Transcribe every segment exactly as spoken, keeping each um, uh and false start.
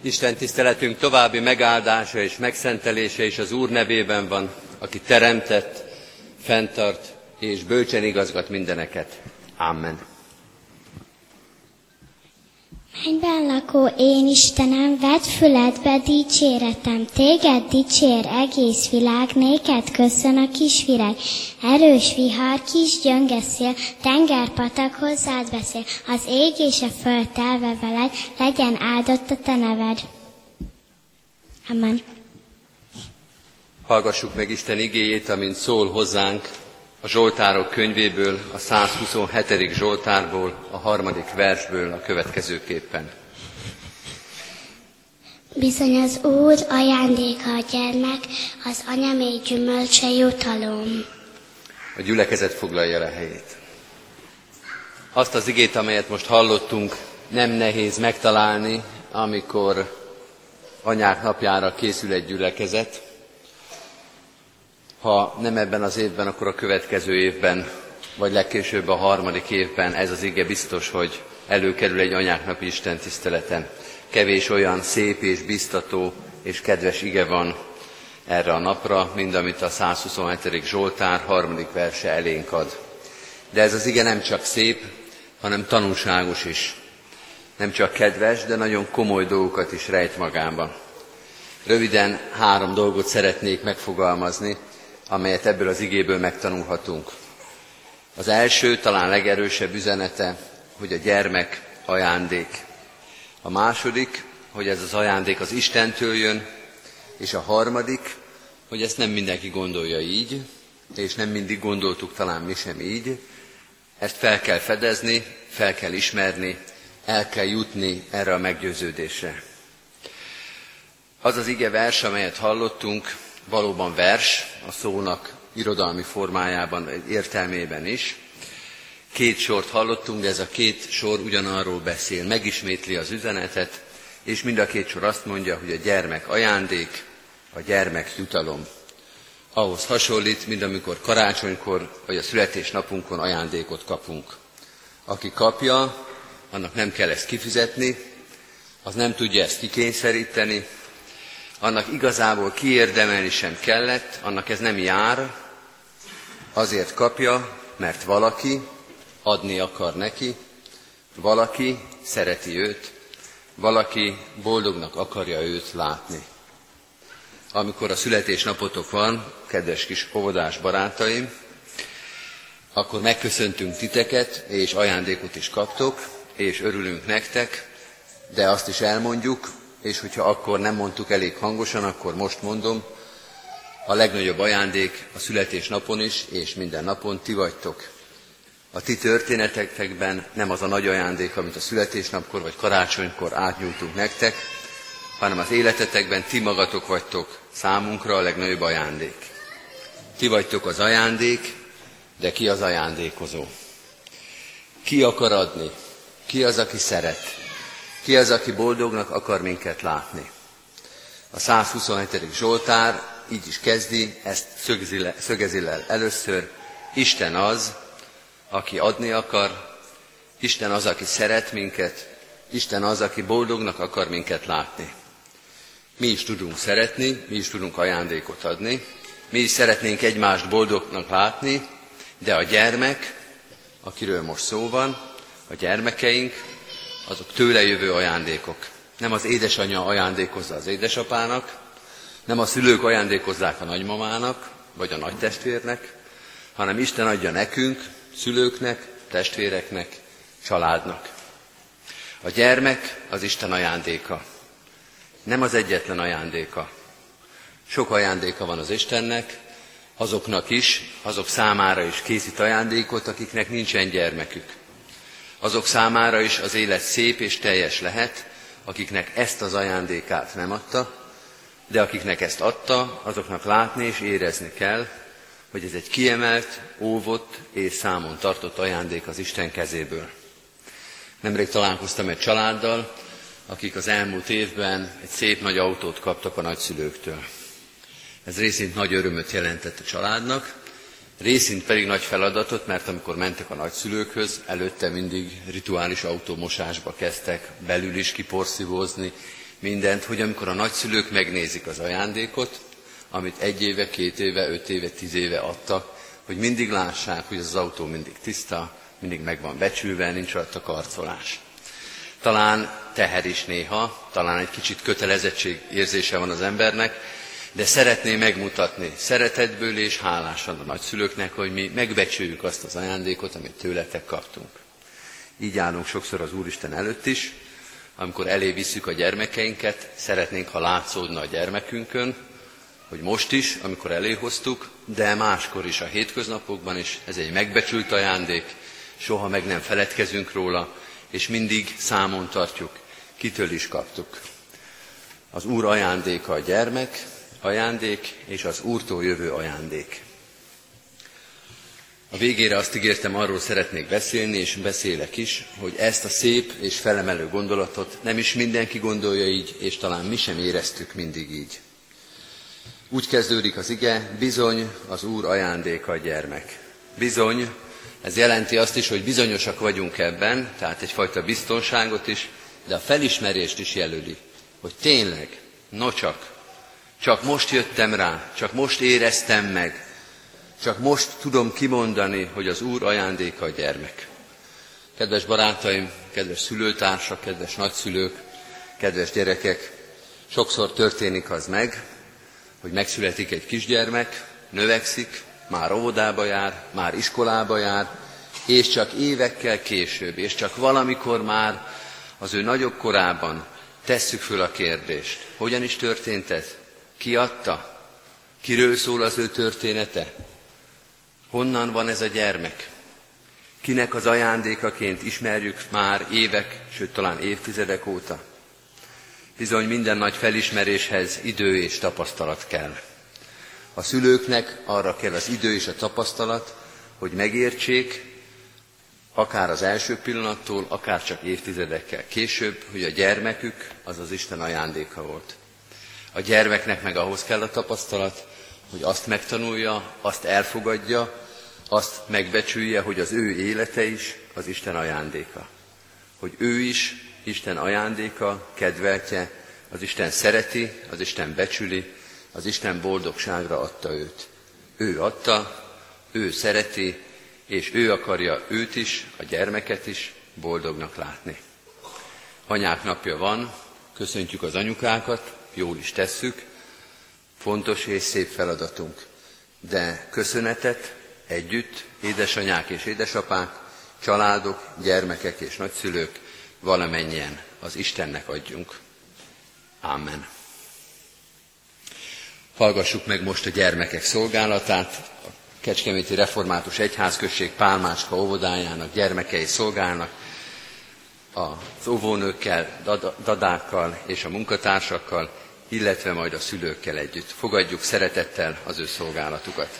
Isten tiszteletünk további megáldása és megszentelése is az Úr nevében van, aki teremtett, fenntart és bölcsen igazgat mindeneket. Amen. Mennyben lakó én Istenem, vedd füledbe dicséretem, téged dicsér egész világ, néked köszön a kisvirág. Erős vihar, kis gyönge szél, tengerpatak hozzád beszél, az ég és a föld telve veled, legyen áldott a te neved. Amen. Hallgassuk meg Isten igéjét, amint szól hozzánk a Zsoltárok könyvéből, a százhuszonhetedik Zsoltárból, a harmadik versből a következőképpen. Bizony az Úr ajándéka a gyermek, az anya mély gyümölcse jutalom. A gyülekezet foglalja el a helyét. Azt az igét, amelyet most hallottunk, nem nehéz megtalálni, amikor anyák napjára készül egy gyülekezet. Ha nem ebben az évben, akkor a következő évben, vagy legkésőbb a harmadik évben ez az ige biztos, hogy előkerül egy anyáknapi istentiszteleten. Kevés olyan szép és biztató és kedves ige van erre a napra, mind amit a százhuszonhetedik Zsoltár harmadik verse elénk ad. De ez az ige nem csak szép, hanem tanulságos is. Nem csak kedves, de nagyon komoly dolgokat is rejt magában. Röviden három dolgot szeretnék megfogalmazni, amelyet ebből az igéből megtanulhatunk. Az első, talán legerősebb üzenete, hogy a gyermek ajándék. A második, hogy ez az ajándék az Istentől jön, és a harmadik, hogy ezt nem mindenki gondolja így, és nem mindig gondoltuk talán mi sem így. Ezt fel kell fedezni, fel kell ismerni, el kell jutni erre a meggyőződésre. Az az ige vers, amelyet hallottunk, valóban vers, a szónak irodalmi formájában, értelmében is. Két sort hallottunk, de ez a két sor ugyanarról beszél, megismétli az üzenetet, és mind a két sor azt mondja, hogy a gyermek ajándék, a gyermek jutalom. Ahhoz hasonlít, mint amikor karácsonykor vagy a születésnapunkon ajándékot kapunk. Aki kapja, annak nem kell ezt kifizetni, az nem tudja ezt kikényszeríteni, annak igazából kiérdemelni sem kellett, annak ez nem jár, azért kapja, mert valaki adni akar neki, valaki szereti őt, valaki boldognak akarja őt látni. Amikor a születésnapotok van, kedves kis óvodás barátaim, akkor megköszöntünk titeket, és ajándékot is kaptok, és örülünk nektek, de azt is elmondjuk, és hogyha akkor nem mondtuk elég hangosan, akkor most mondom, a legnagyobb ajándék a születésnapon is, és minden napon ti vagytok. A ti történetekben nem az a nagy ajándék, amit a születésnapkor vagy karácsonykor átnyújtunk nektek, hanem az életetekben ti magatok vagytok számunkra a legnagyobb ajándék. Ti vagytok az ajándék, de ki az ajándékozó? Ki akar adni? Ki az, aki szeret? Ki az, aki boldognak akar minket látni? A százhuszonhetedik Zsoltár így is kezdi, ezt szögezi le, szögezi le először. Isten az, aki adni akar, Isten az, aki szeret minket, Isten az, aki boldognak akar minket látni. Mi is tudunk szeretni, mi is tudunk ajándékot adni, mi is szeretnénk egymást boldognak látni, de a gyermek, akiről most szó van, a gyermekeink, azok tőle jövő ajándékok. Nem az édesanyja ajándékozza az édesapának, nem a szülők ajándékozzák a nagymamának, vagy a nagytestvérnek, hanem Isten adja nekünk, szülőknek, testvéreknek, családnak. A gyermek az Isten ajándéka. Nem az egyetlen ajándéka. Sok ajándéka van az Istennek, azoknak is, azok számára is készít ajándékot, akiknek nincsen gyermekük. Azok számára is az élet szép és teljes lehet, akiknek ezt az ajándékát nem adta, de akiknek ezt adta, azoknak látni és érezni kell, hogy ez egy kiemelt, óvott és számon tartott ajándék az Isten kezéből. Nemrég találkoztam egy családdal, akik az elmúlt évben egy szép nagy autót kaptak a nagyszülőktől. Ez részint nagy örömöt jelentett a családnak, részint pedig nagy feladatot, mert amikor mentek a nagyszülőkhöz, előtte mindig rituális autómosásba kezdtek, belül is kiporszívózni, mindent, hogy amikor a nagyszülők megnézik az ajándékot, amit egy éve, két éve, öt éve, tíz éve adtak, hogy mindig lássák, hogy az autó mindig tiszta, mindig meg van becsülve, nincs rajta karcolás. Talán teher is néha, talán egy kicsit kötelezettség érzése van az embernek, de szeretné megmutatni szeretetből és hálásan a nagyszülőknek, hogy mi megbecsüljük azt az ajándékot, amit tőletek kaptunk. Így állunk sokszor az Úristen előtt is, amikor elé visszük a gyermekeinket, szeretnénk, ha látszódna a gyermekünkön, hogy most is, amikor eléhoztuk, de máskor is a hétköznapokban is, ez egy megbecsült ajándék, soha meg nem feledkezünk róla, és mindig számon tartjuk, kitől is kaptuk. Az Úr ajándéka a gyermek, ajándék, és az Úrtól jövő ajándék. A végére azt ígértem, arról szeretnék beszélni, és beszélek is, hogy ezt a szép és felemelő gondolatot nem is mindenki gondolja így, és talán mi sem éreztük mindig így. Úgy kezdődik az ige, bizony az Úr ajándéka a gyermek. Bizony, ez jelenti azt is, hogy bizonyosak vagyunk ebben, tehát egyfajta biztonságot is, de a felismerést is jelöli, hogy tényleg, nocsak, csak most jöttem rá, csak most éreztem meg, csak most tudom kimondani, hogy az Úr ajándéka a gyermek. Kedves barátaim, kedves szülőtársak, kedves nagyszülők, kedves gyerekek, sokszor történik az meg, hogy megszületik egy kisgyermek, növekszik, már óvodába jár, már iskolába jár, és csak évekkel később, és csak valamikor már az ő nagyobb korában tesszük föl a kérdést. Hogyan is történt ez? Ki adta? Kiről szól az ő története? Honnan van ez a gyermek? Kinek az ajándékaként ismerjük már évek, sőt talán évtizedek óta? Bizony minden nagy felismeréshez idő és tapasztalat kell. A szülőknek arra kell az idő és a tapasztalat, hogy megértsék, akár az első pillanattól, akár csak évtizedekkel később, hogy a gyermekük az az Isten ajándéka volt. A gyermeknek meg ahhoz kell a tapasztalat, hogy azt megtanulja, azt elfogadja, azt megbecsülje, hogy az ő élete is az Isten ajándéka. Hogy ő is Isten ajándéka, kedveltje, az Isten szereti, az Isten becsüli, az Isten boldogságra adta őt. Ő adta, ő szereti, és ő akarja őt is, a gyermeket is boldognak látni. Anyák napja van, köszöntjük az anyukákat, jól is tesszük, fontos és szép feladatunk. De köszönetet együtt, édesanyák és édesapák, családok, gyermekek és nagyszülők, valamennyien az Istennek adjunk. Ámen. Hallgassuk meg most a gyermekek szolgálatát. A Kecskeméti Református Egyházközség Pálmácska óvodájának gyermekei szolgálnak, az óvónőkkel, dadákkal és a munkatársakkal, illetve majd a szülőkkel együtt. Fogadjuk szeretettel az ő szolgálatukat.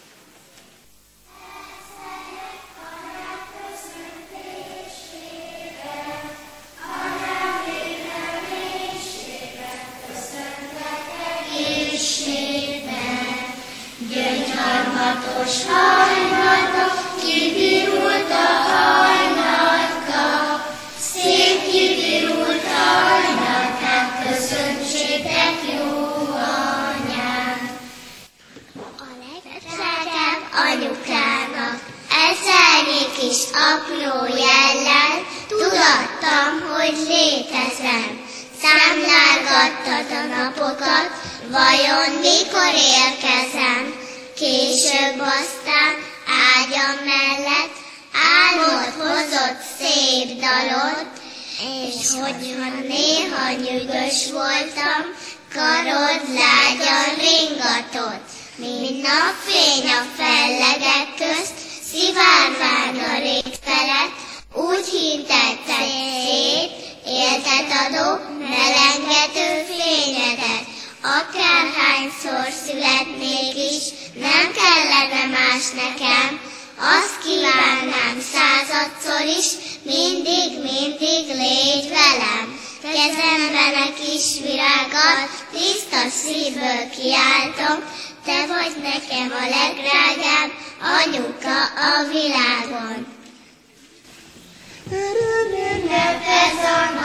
Gyöngyharmatos hajnalka, kivirult a hajnalka, szép kivirult hajnalkát, köszöntsétek jó anyám. A legdrágább anyukának, ezernyi kis apró jellel, tudattam, hogy létezem. Számlálgattad a napokat, vajon mikor érkezem? Később aztán ágyam mellett álmod hozott szép dalot, és hogyha néha nyűgös voltam, karod lágyan ringatott. Mint napfény a fellegek közt, szivárvány a rég felett, úgy hintetted szét, éltet adó, melengető fényedet. Akárhányszor születnék is, nem kellene más nekem, azt kívánnám századszor is, mindig, mindig légy velem. Kezemben a kis virágat, tiszta szívből kiáltom, te vagy nekem a legdrágább anyuka a világon. Öröm ünnep ez a nap,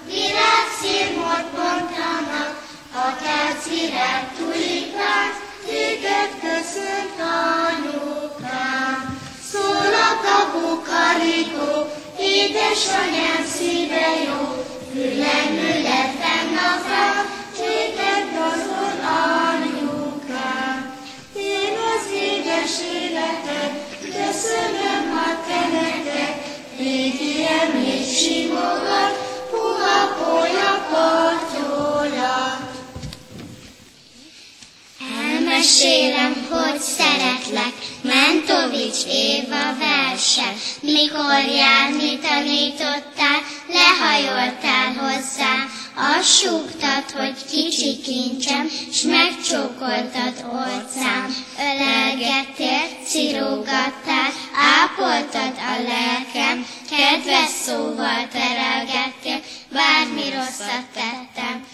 virágszirmot bontanak, akác virág tulipán, téged köszönt anyukám. Szól a kapukarikó, édesanyám szíve jó, fülemület fenn a fám, téged gazol anyukám. Én az édes életed, köszönöm a te neked, régi emlék simogat, puha polya partyolat. Elmesélem, hogy szeretlek, Mentovics Éva verse. Mikor járni tanítottál, lehajoltál hozzám, azt súgtad, hogy kicsi kincsem, s megcsókoltad orcám. Ölelgettél, cirógattál, ápoltad a lelkem, kedves szóval terelgettél, bármi rosszat tettem.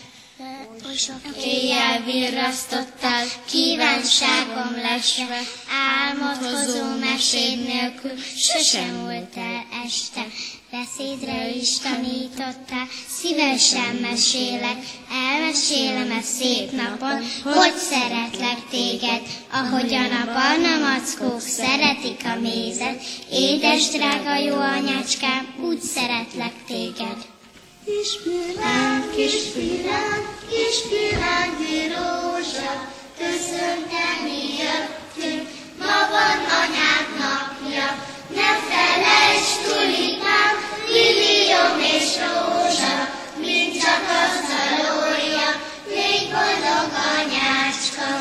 Éjjel virrasztottál, kívánságom lesve, álmot hozó meséd nélkül sosem múlt el este. Beszédre is tanítottál, szívesen mesélek, elmesélem a szép napon, hogy szeretlek téged, ahogyan a barna mackók szeretik a mézet. Édes drága jó anyácskám, úgy szeretlek téged. Kis pillank, kis pillank, kis pillanki rózsa, köszönteni jöttünk, ma van anyád napja. Ne felejtsd, tulipám, liliom és rózsa, mind csak az dalolja, légy boldog anyácska.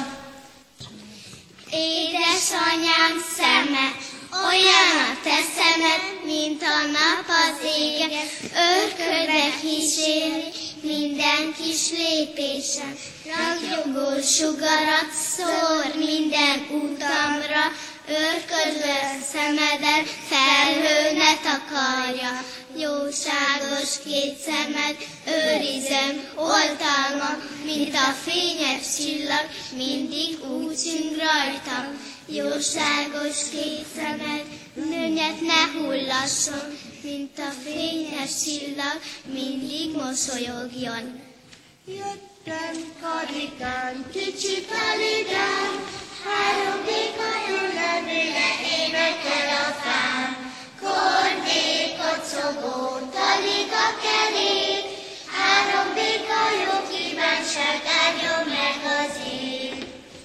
Édesanyám szeme, olyan a te szemed, mint a nap az égen, örködve kíséri minden kis lépésen. Ragyogó sugarat szór minden utamra, örködve szemeden felhő ne takarja. Jóságos két szemed, őrizem, oltalma, mint a fényes csillag, mindig úgy szűn rajtam. Jóságos két szemed, nőnyet ne hullasson, mint a fényes csillag, mindig mosolyogjon. Jöttem karikán, kicsi paligán, három békajú levőre énekel a fám. Kordék, kocogó, talig a kerék, három békajú kívánság áldjon meg az ég.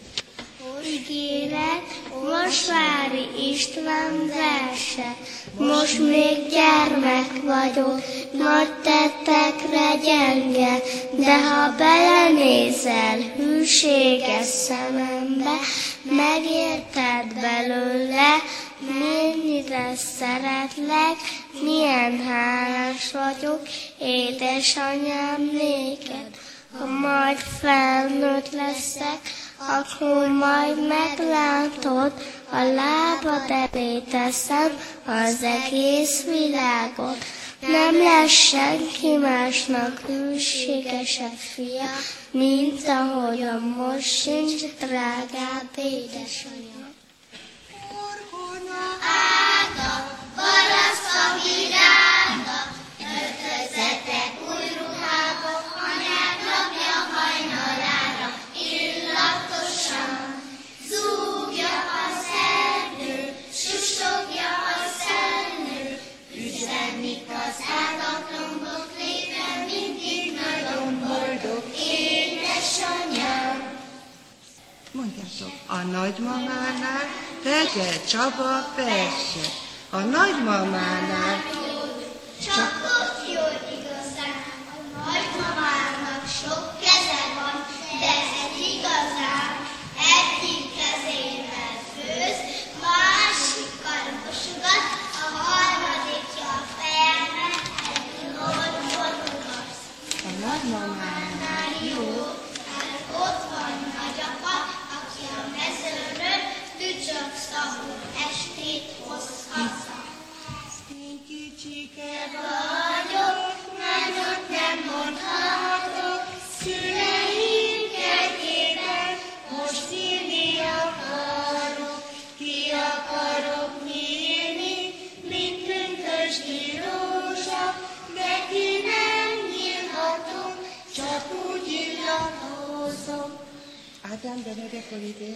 Ígéret, Mosvári István verse. Most még gyermek vagyok, nagy tettekre gyenge, de ha belenézel hűséges szemembe, megérted belőle, mennyire szeretlek, milyen hálás vagyok, édesanyám néked. Ha majd felnőtt leszek, akkor majd meglátod, a lábad elé teszem az egész világot. Nem lesz senki másnak hűségesebb fia, mint ahogyan most sincs drágább édesanyja. Orgona ága, baraszka virága, öltözetek új ruhába, anyád napja hajnalára, illatosan zúgja a szernő, susogja a szellő, üzenik az ágaklombok, létre mindig nagyon boldog édesanyám. Mondjátok, a nagymamánál Fegel Csaba verse. A nagymamánál Csak ott jól igazán, a nagymamának sok keze van, de ez igazán egyik kezével főz, másikkal mosogat, a harmadikja a fejemben, együl orvonugasz. a nagymamánál jó, Mert ott van nagyapa, aki a mezőről tücsök szagú estét hoz haza. én kicsike Vagyok, nagyot nem mondhatok, szüleim kedvében most szívni akarok. Ki akarok nyílni, mint pünkösdi rózsa, de ki nem nyíl úgy illatózom. Ádám, Benedek Olivér.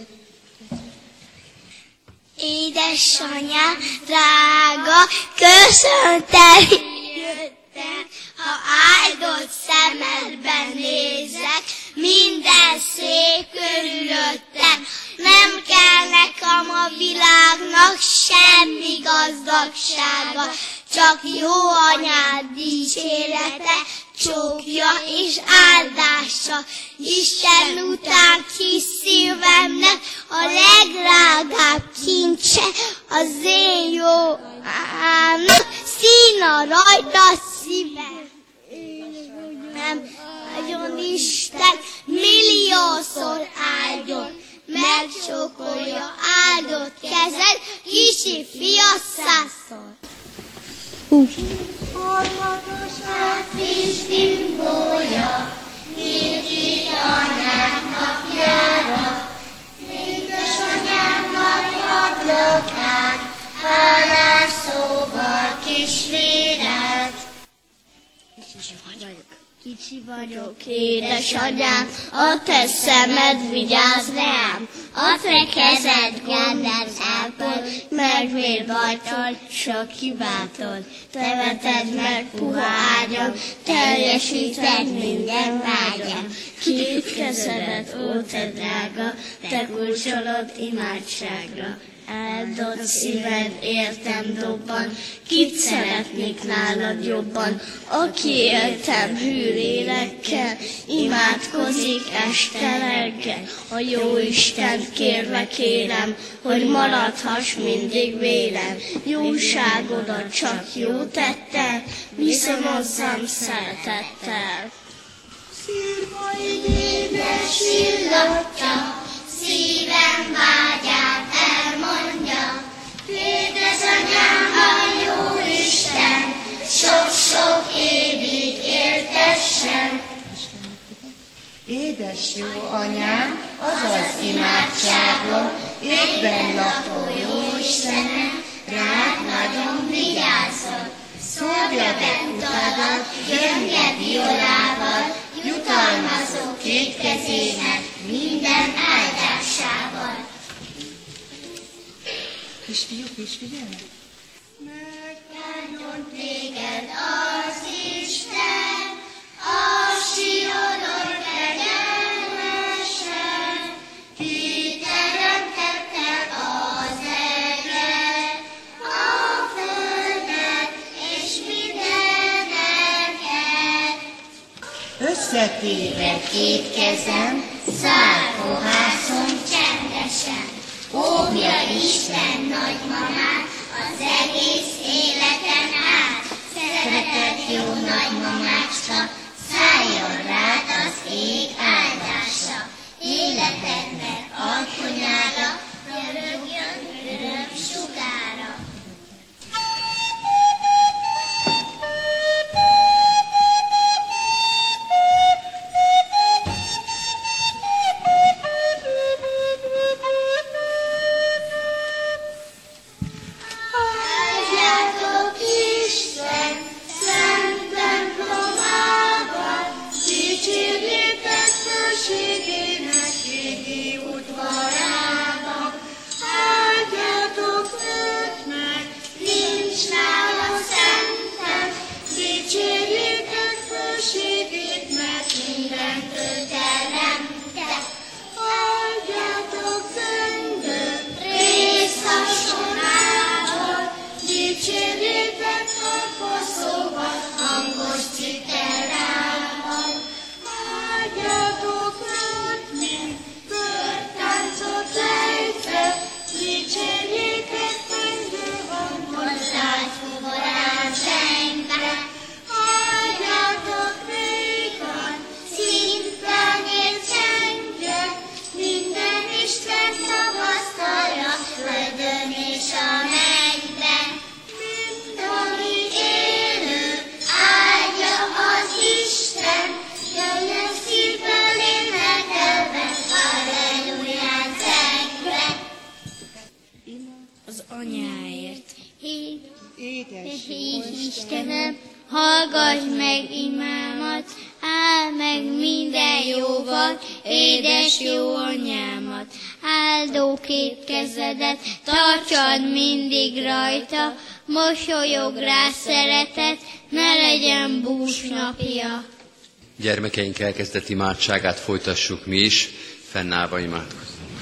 Édesanyám, drága, köszöntem, jöttem, ha áldott szemedben nézek, minden szép körülöttem. Nem kell nekem a világnak semmi gazdagsága, csak jó anyád dicsérete, csókja és áldása. Isten után kis szívemnek a legdrágább kincse az én jó ámnak, szín a rajta szívem. Nem nagyon Isten milliószor áldjon, megcsókolja áldott kezed, kisi fia százszor. Harmadosát Krisztinkója, mindkét anyák napjára, édesanyámnak adlak át, hálás szóval kisvéret. Kicsi vagyok, édesanyám, a te szemed vigyáz rám, a te kezed gondol ápol, megvédvajtad, sok kibátod. Te veted meg puha ágyam, teljesíted minden vágyam. Két kezedet, ó te drága, te kulcsolod imádságra. Áldott szíved értem dobban, kit szeretnék nálad jobban, aki éltem hű lélekkel, imádkozik este reggel. A jó Istent kérve kérem, hogy maradhass mindig vélem, jóságodat csak jó tettel, viszonozzam szeretettel. Szívai Édes illatja, szívem vágyát elmondja, édesanyám a jó Isten, sok-sok évig éltessen. Édes jó anyám, azaz imádságon, égben lakó jó Istenem, rád nagyon vigyázzon. Szórja be utadat, gyönge violával, jutalmazó két kezének minden áldásával. Kisfiúk, kisfigyelnek! Megáldjon téged az Isten, a Sionot kegyelmesen, ki teremtette az eget, a földet és mindeneket. Összetéve két kezem, Száll fohászom csendesen, óvja Isten nagymamát az egész életen át. Szeretett jó nagymamácska, szálljon rád az ég áldása, életednek alkonyára, rögjön öröm sugára. Istenem, hallgass meg imámat, ámen. meg minden jóval, édes jó anyámat. Áldó két kezedet, tartsad mindig rajta, mosolyog rá szeretet, ne legyen bús napja. Gyermekeink elkezdett imádságát folytassuk mi is, fennállva imádkozunk.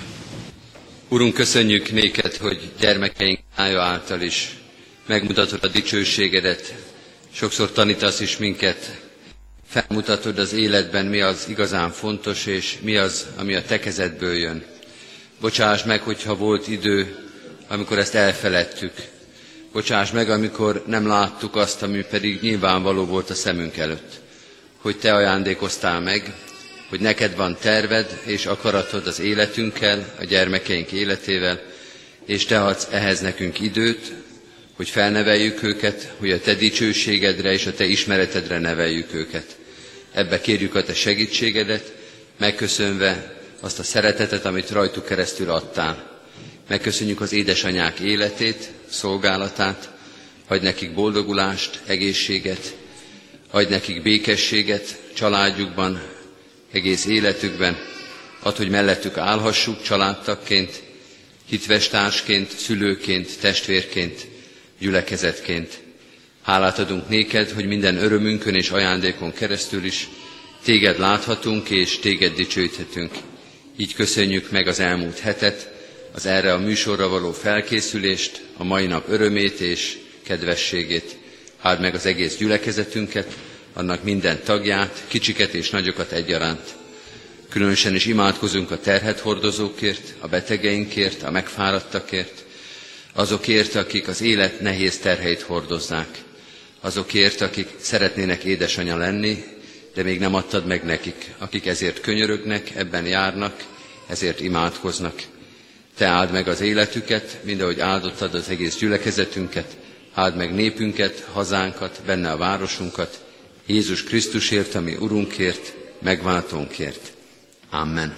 Urunk, köszönjük néked, hogy gyermekeink ája által is megmutatod a dicsőségedet. Sokszor tanítasz is minket, felmutatod az életben, mi az igazán fontos, és mi az, ami a te kezedből jön. Bocsáss meg, hogyha volt idő, amikor ezt elfeledtük. Bocsáss meg, amikor nem láttuk azt, ami pedig nyilvánvaló volt a szemünk előtt. Hogy te ajándékoztál meg, hogy neked van terved és akaratod az életünkkel, a gyermekeink életével, és te adsz ehhez nekünk időt, hogy felneveljük őket, hogy a te dicsőségedre és a te ismeretedre neveljük őket. Ebbe kérjük a te segítségedet, megköszönve azt a szeretetet, amit rajtuk keresztül adtál. Megköszönjük az édesanyák életét, szolgálatát, adj nekik boldogulást, egészséget, adj nekik békességet családjukban, egész életükben, add, hogy mellettük állhassuk családtagként, hitvestársként, szülőként, testvérként, gyülekezetként. Hálát adunk néked, hogy minden örömünkön és ajándékon keresztül is téged láthatunk és téged dicsőíthetünk. Így köszönjük meg az elmúlt hetet, az erre a műsorra való felkészülést, a mai nap örömét és kedvességét. Áld meg az egész gyülekezetünket, annak minden tagját, kicsiket és nagyokat egyaránt. Különösen is imádkozunk a terhet hordozókért, a betegeinkért, a megfáradtakért, azokért, akik az élet nehéz terheit hordozzák, azokért, akik szeretnének édesanya lenni, de még nem adtad meg nekik, akik ezért könyörögnek, ebben járnak, ezért imádkoznak. Te áld meg az életüket, mindahogy áldottad az egész gyülekezetünket, áld meg népünket, hazánkat, benne a városunkat, Jézus Krisztusért, ami Urunkért, megváltónkért. Amen.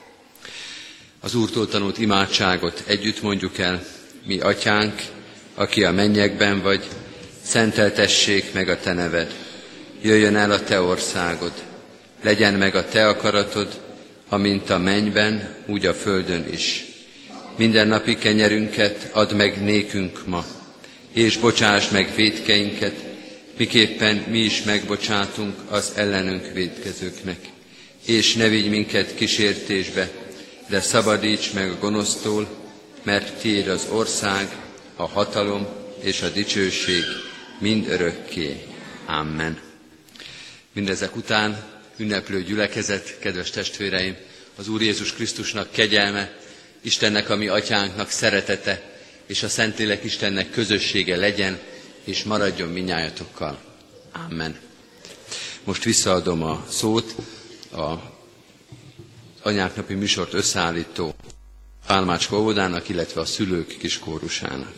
Az Úrtól tanult imádságot együtt mondjuk el. Mi atyánk, aki a mennyekben vagy, szenteltessék meg a te neved. Jöjjön el a te országod. Legyen meg a te akaratod, amint a mennyben, úgy a földön is. Mindennapi kenyerünket add meg nékünk ma, és bocsáss meg vétkeinket, miképpen mi is megbocsátunk az ellenünk vétkezőknek. És ne vigy minket kísértésbe, de szabadíts meg a gonosztól, mert tiéd az ország, a hatalom és a dicsőség mind örökké. Amen. Mindezek után ünneplő gyülekezet, kedves testvéreim, az Úr Jézus Krisztusnak kegyelme, Istennek, a mi atyánknak szeretete, és a Szentlélek Istennek közössége legyen, és maradjon minnyájatokkal. Amen. Most visszaadom a szót a anyáknapi műsort összeállító Pálmácska óvodának, illetve a szülők kiskórusának.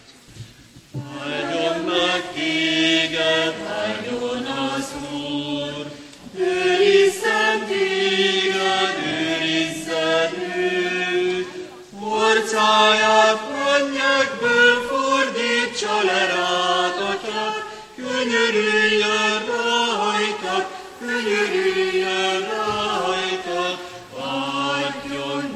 Áldjon meg téged, áldjon az Úr, őrizzen téged, őrizzen őt, orcáját mennyekből fordítsa le rád, atyád, könyörüljön rajtad, könyörüljön rajtad, adjon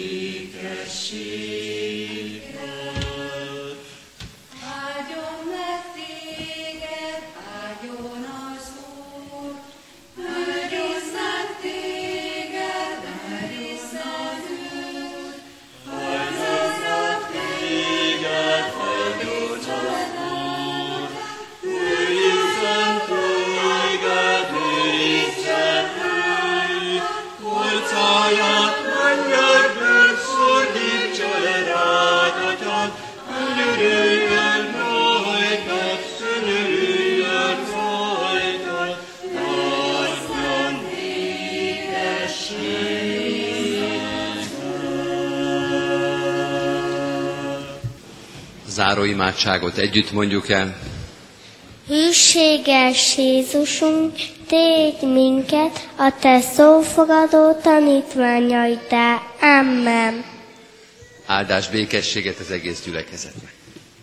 békességet. Áldjon meg téged, áldjon az Úr, őrizzen téged, őrizzen őt, Áldjon téged, áldjon az Úr, őrizzen téged, őrizzen őt, orcáját mennyekből fordítsa le rád, atyád, könyörüljön rajtad, könyörüljön rajtad, adjon békességet. Záró imádságot együtt mondjuk el. Hűséges Jézusunk, tégy minket a te szófogadó tanítványaidá. Amen. Áldás, békességet az egész gyülekezetnek.